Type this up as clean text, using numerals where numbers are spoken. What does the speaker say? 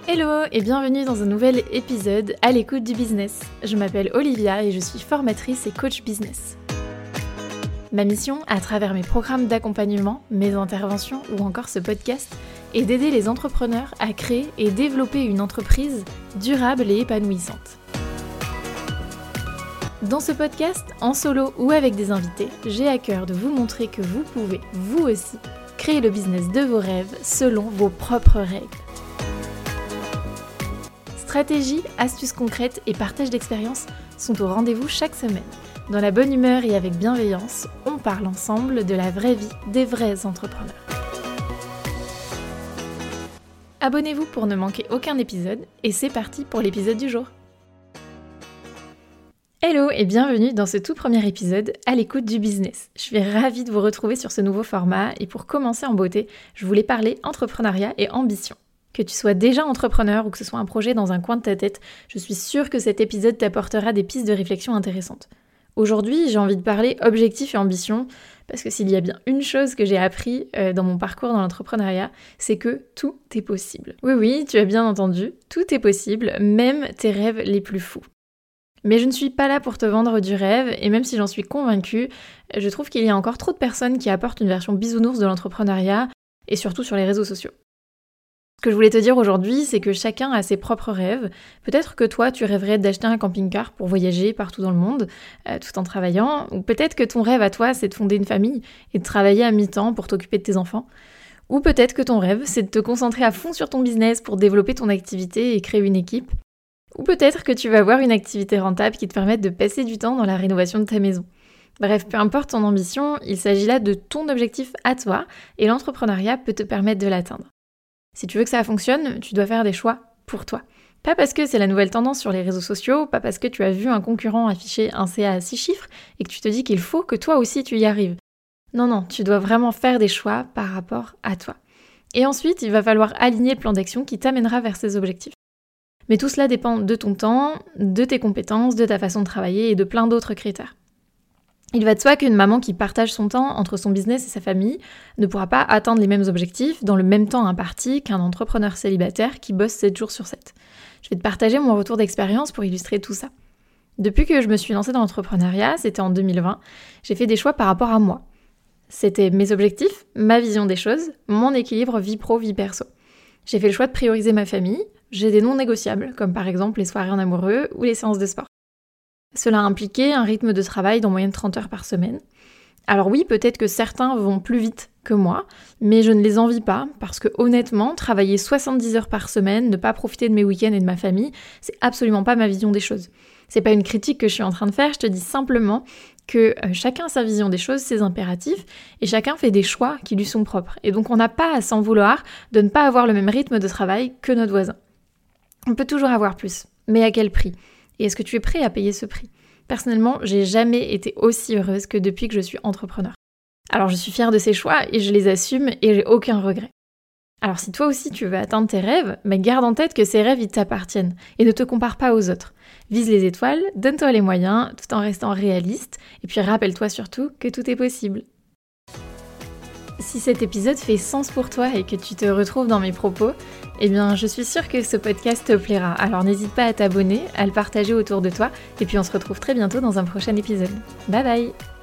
Hello et bienvenue dans un nouvel épisode à l'écoute du business. Je m'appelle Olivia et je suis formatrice et coach business. Ma mission, à travers mes programmes d'accompagnement, mes interventions ou encore ce podcast, est d'aider les entrepreneurs à créer et développer une entreprise durable et épanouissante. Dans ce podcast, en solo ou avec des invités, j'ai à cœur de vous montrer que vous pouvez, vous aussi, créer le business de vos rêves selon vos propres règles. Stratégies, astuces concrètes et partage d'expériences sont au rendez-vous chaque semaine. Dans la bonne humeur et avec bienveillance, on parle ensemble de la vraie vie des vrais entrepreneurs. Abonnez-vous pour ne manquer aucun épisode et c'est parti pour l'épisode du jour. Hello et bienvenue dans ce tout premier épisode à l'écoute du business. Je suis ravie de vous retrouver sur ce nouveau format et pour commencer en beauté, je voulais parler entrepreneuriat et ambition. Que tu sois déjà entrepreneur ou que ce soit un projet dans un coin de ta tête, je suis sûre que cet épisode t'apportera des pistes de réflexion intéressantes. Aujourd'hui, j'ai envie de parler objectif et ambition, parce que s'il y a bien une chose que j'ai appris dans mon parcours dans l'entrepreneuriat, c'est que tout est possible. Oui, tu as bien entendu, tout est possible, même tes rêves les plus fous. Mais je ne suis pas là pour te vendre du rêve, et même si j'en suis convaincue, je trouve qu'il y a encore trop de personnes qui apportent une version bisounours de l'entrepreneuriat, et surtout sur les réseaux sociaux. Ce que je voulais te dire aujourd'hui, c'est que chacun a ses propres rêves. Peut-être que toi, tu rêverais d'acheter un camping-car pour voyager partout dans le monde, tout en travaillant. Ou peut-être que ton rêve à toi, c'est de fonder une famille et de travailler à mi-temps pour t'occuper de tes enfants. Ou peut-être que ton rêve, c'est de te concentrer à fond sur ton business pour développer ton activité et créer une équipe. Ou peut-être que tu vas avoir une activité rentable qui te permette de passer du temps dans la rénovation de ta maison. Bref, peu importe ton ambition, il s'agit là de ton objectif à toi et l'entrepreneuriat peut te permettre de l'atteindre. Si tu veux que ça fonctionne, tu dois faire des choix pour toi. Pas parce que c'est la nouvelle tendance sur les réseaux sociaux, pas parce que tu as vu un concurrent afficher un CA à 6 chiffres et que tu te dis qu'il faut que toi aussi tu y arrives. Non, tu dois vraiment faire des choix par rapport à toi. Et ensuite, il va falloir aligner le plan d'action qui t'amènera vers ces objectifs. Mais tout cela dépend de ton temps, de tes compétences, de ta façon de travailler et de plein d'autres critères. Il va de soi qu'une maman qui partage son temps entre son business et sa famille ne pourra pas atteindre les mêmes objectifs dans le même temps imparti qu'un entrepreneur célibataire qui bosse 7 jours sur 7. Je vais te partager mon retour d'expérience pour illustrer tout ça. Depuis que je me suis lancée dans l'entrepreneuriat, c'était en 2020, j'ai fait des choix par rapport à moi. C'était mes objectifs, ma vision des choses, mon équilibre vie pro, vie perso. J'ai fait le choix de prioriser ma famille, j'ai des non négociables, comme par exemple les soirées en amoureux ou les séances de sport. Cela a impliqué un rythme de travail d'en moyenne 30 heures par semaine. Alors oui, peut-être que certains vont plus vite que moi, mais je ne les envie pas, parce que honnêtement, travailler 70 heures par semaine, ne pas profiter de mes week-ends et de ma famille, c'est absolument pas ma vision des choses. C'est pas une critique que je suis en train de faire, je te dis simplement que chacun a sa vision des choses, ses impératifs, et chacun fait des choix qui lui sont propres. Et donc on n'a pas à s'en vouloir de ne pas avoir le même rythme de travail que notre voisin. On peut toujours avoir plus, mais à quel prix ? Et est-ce que tu es prêt à payer ce prix ? Personnellement, j'ai jamais été aussi heureuse que depuis que je suis entrepreneur. Alors je suis fière de ces choix et je les assume et j'ai aucun regret. Alors si toi aussi tu veux atteindre tes rêves, mais garde en tête que ces rêves ils t'appartiennent et ne te compare pas aux autres. Vise les étoiles, donne-toi les moyens tout en restant réaliste et puis rappelle-toi surtout que tout est possible. Si cet épisode fait sens pour toi et que tu te retrouves dans mes propos, eh bien je suis sûre que ce podcast te plaira. Alors n'hésite pas à t'abonner, à le partager autour de toi et puis on se retrouve très bientôt dans un prochain épisode. Bye bye!